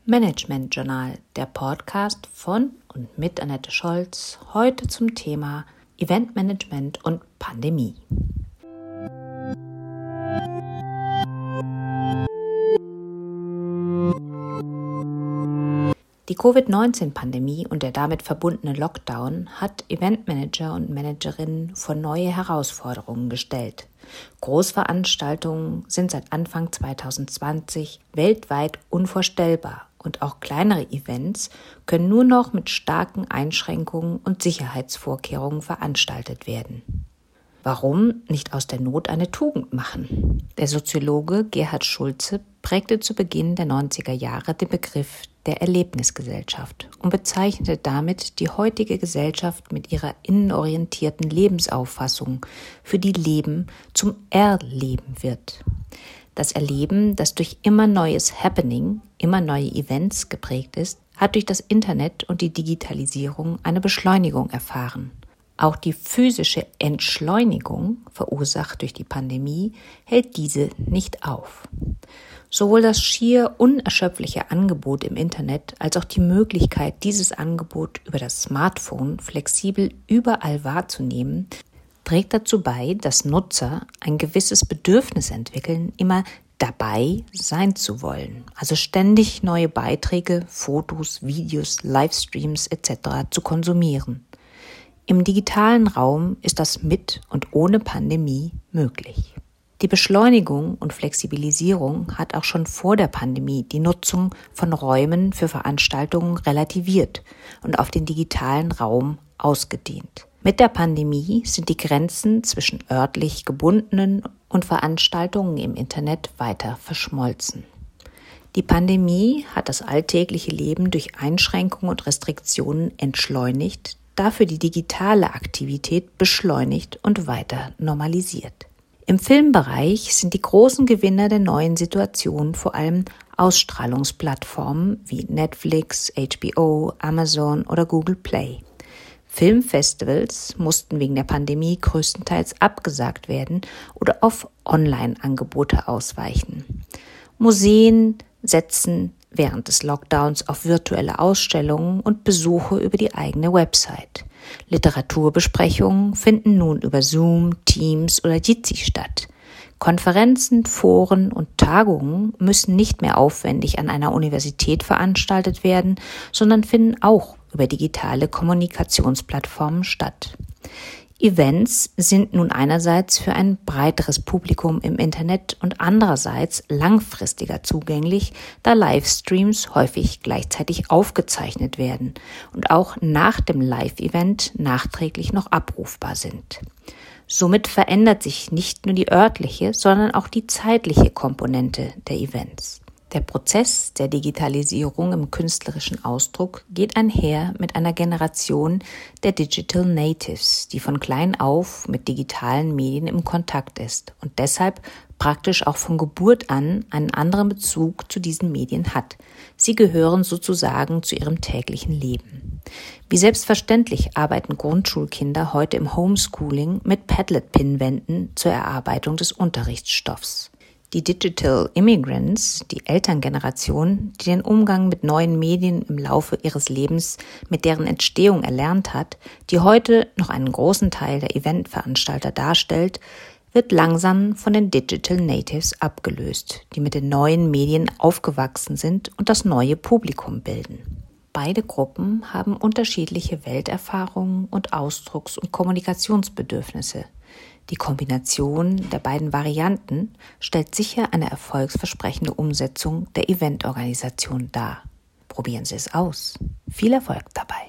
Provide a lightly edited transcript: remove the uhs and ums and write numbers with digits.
Management Journal, der Podcast von und mit Annette Scholz, heute zum Thema Eventmanagement und Pandemie. Die Covid-19-Pandemie und der damit verbundene Lockdown hat Eventmanager und Managerinnen vor neue Herausforderungen gestellt. Großveranstaltungen sind seit Anfang 2020 weltweit unvorstellbar und auch kleinere Events können nur noch mit starken Einschränkungen und Sicherheitsvorkehrungen veranstaltet werden. Warum nicht aus der Not eine Tugend machen? Der Soziologe Gerhard Schulze prägte zu Beginn der 90er Jahre den Begriff der Erlebnisgesellschaft und bezeichnete damit die heutige Gesellschaft mit ihrer innenorientierten Lebensauffassung, für die Leben zum Erleben wird. Das Erleben, das durch immer neues Happening, immer neue Events geprägt ist, hat durch das Internet und die Digitalisierung eine Beschleunigung erfahren. Auch die physische Entschleunigung, verursacht durch die Pandemie, hält diese nicht auf. Sowohl das schier unerschöpfliche Angebot im Internet als auch die Möglichkeit, dieses Angebot über das Smartphone flexibel überall wahrzunehmen, trägt dazu bei, dass Nutzer ein gewisses Bedürfnis entwickeln, immer dabei sein zu wollen, also ständig neue Beiträge, Fotos, Videos, Livestreams etc. zu konsumieren. Im digitalen Raum ist das mit und ohne Pandemie möglich. Die Beschleunigung und Flexibilisierung hat auch schon vor der Pandemie die Nutzung von Räumen für Veranstaltungen relativiert und auf den digitalen Raum ausgedehnt. Mit der Pandemie sind die Grenzen zwischen örtlich gebundenen und Veranstaltungen im Internet weiter verschmolzen. Die Pandemie hat das alltägliche Leben durch Einschränkungen und Restriktionen entschleunigt, dafür die digitale Aktivität beschleunigt und weiter normalisiert. Im Filmbereich sind die großen Gewinner der neuen Situation vor allem Ausstrahlungsplattformen wie Netflix, HBO, Amazon oder Google Play. Filmfestivals mussten wegen der Pandemie größtenteils abgesagt werden oder auf Online-Angebote ausweichen. Museen setzen während des Lockdowns auf virtuelle Ausstellungen und Besuche über die eigene Website. Literaturbesprechungen finden nun über Zoom, Teams oder Jitsi statt. Konferenzen, Foren und Tagungen müssen nicht mehr aufwendig an einer Universität veranstaltet werden, sondern finden auch über digitale Kommunikationsplattformen statt. Events sind nun einerseits für ein breiteres Publikum im Internet und andererseits langfristiger zugänglich, da Livestreams häufig gleichzeitig aufgezeichnet werden und auch nach dem Live-Event nachträglich noch abrufbar sind. Somit verändert sich nicht nur die örtliche, sondern auch die zeitliche Komponente der Events. Der Prozess der Digitalisierung im künstlerischen Ausdruck geht einher mit einer Generation der Digital Natives, die von klein auf mit digitalen Medien im Kontakt ist und deshalb praktisch auch von Geburt an einen anderen Bezug zu diesen Medien hat. Sie gehören sozusagen zu ihrem täglichen Leben. Wie selbstverständlich arbeiten Grundschulkinder heute im Homeschooling mit Padlet-Pinwänden zur Erarbeitung des Unterrichtsstoffs. Die Digital Immigrants, die Elterngeneration, die den Umgang mit neuen Medien im Laufe ihres Lebens mit deren Entstehung erlernt hat, die heute noch einen großen Teil der Eventveranstalter darstellt, wird langsam von den Digital Natives abgelöst, die mit den neuen Medien aufgewachsen sind und das neue Publikum bilden. Beide Gruppen haben unterschiedliche Welterfahrungen und Ausdrucks- und Kommunikationsbedürfnisse. Die Kombination der beiden Varianten stellt sicher eine erfolgsversprechende Umsetzung der Eventorganisation dar. Probieren Sie es aus. Viel Erfolg dabei!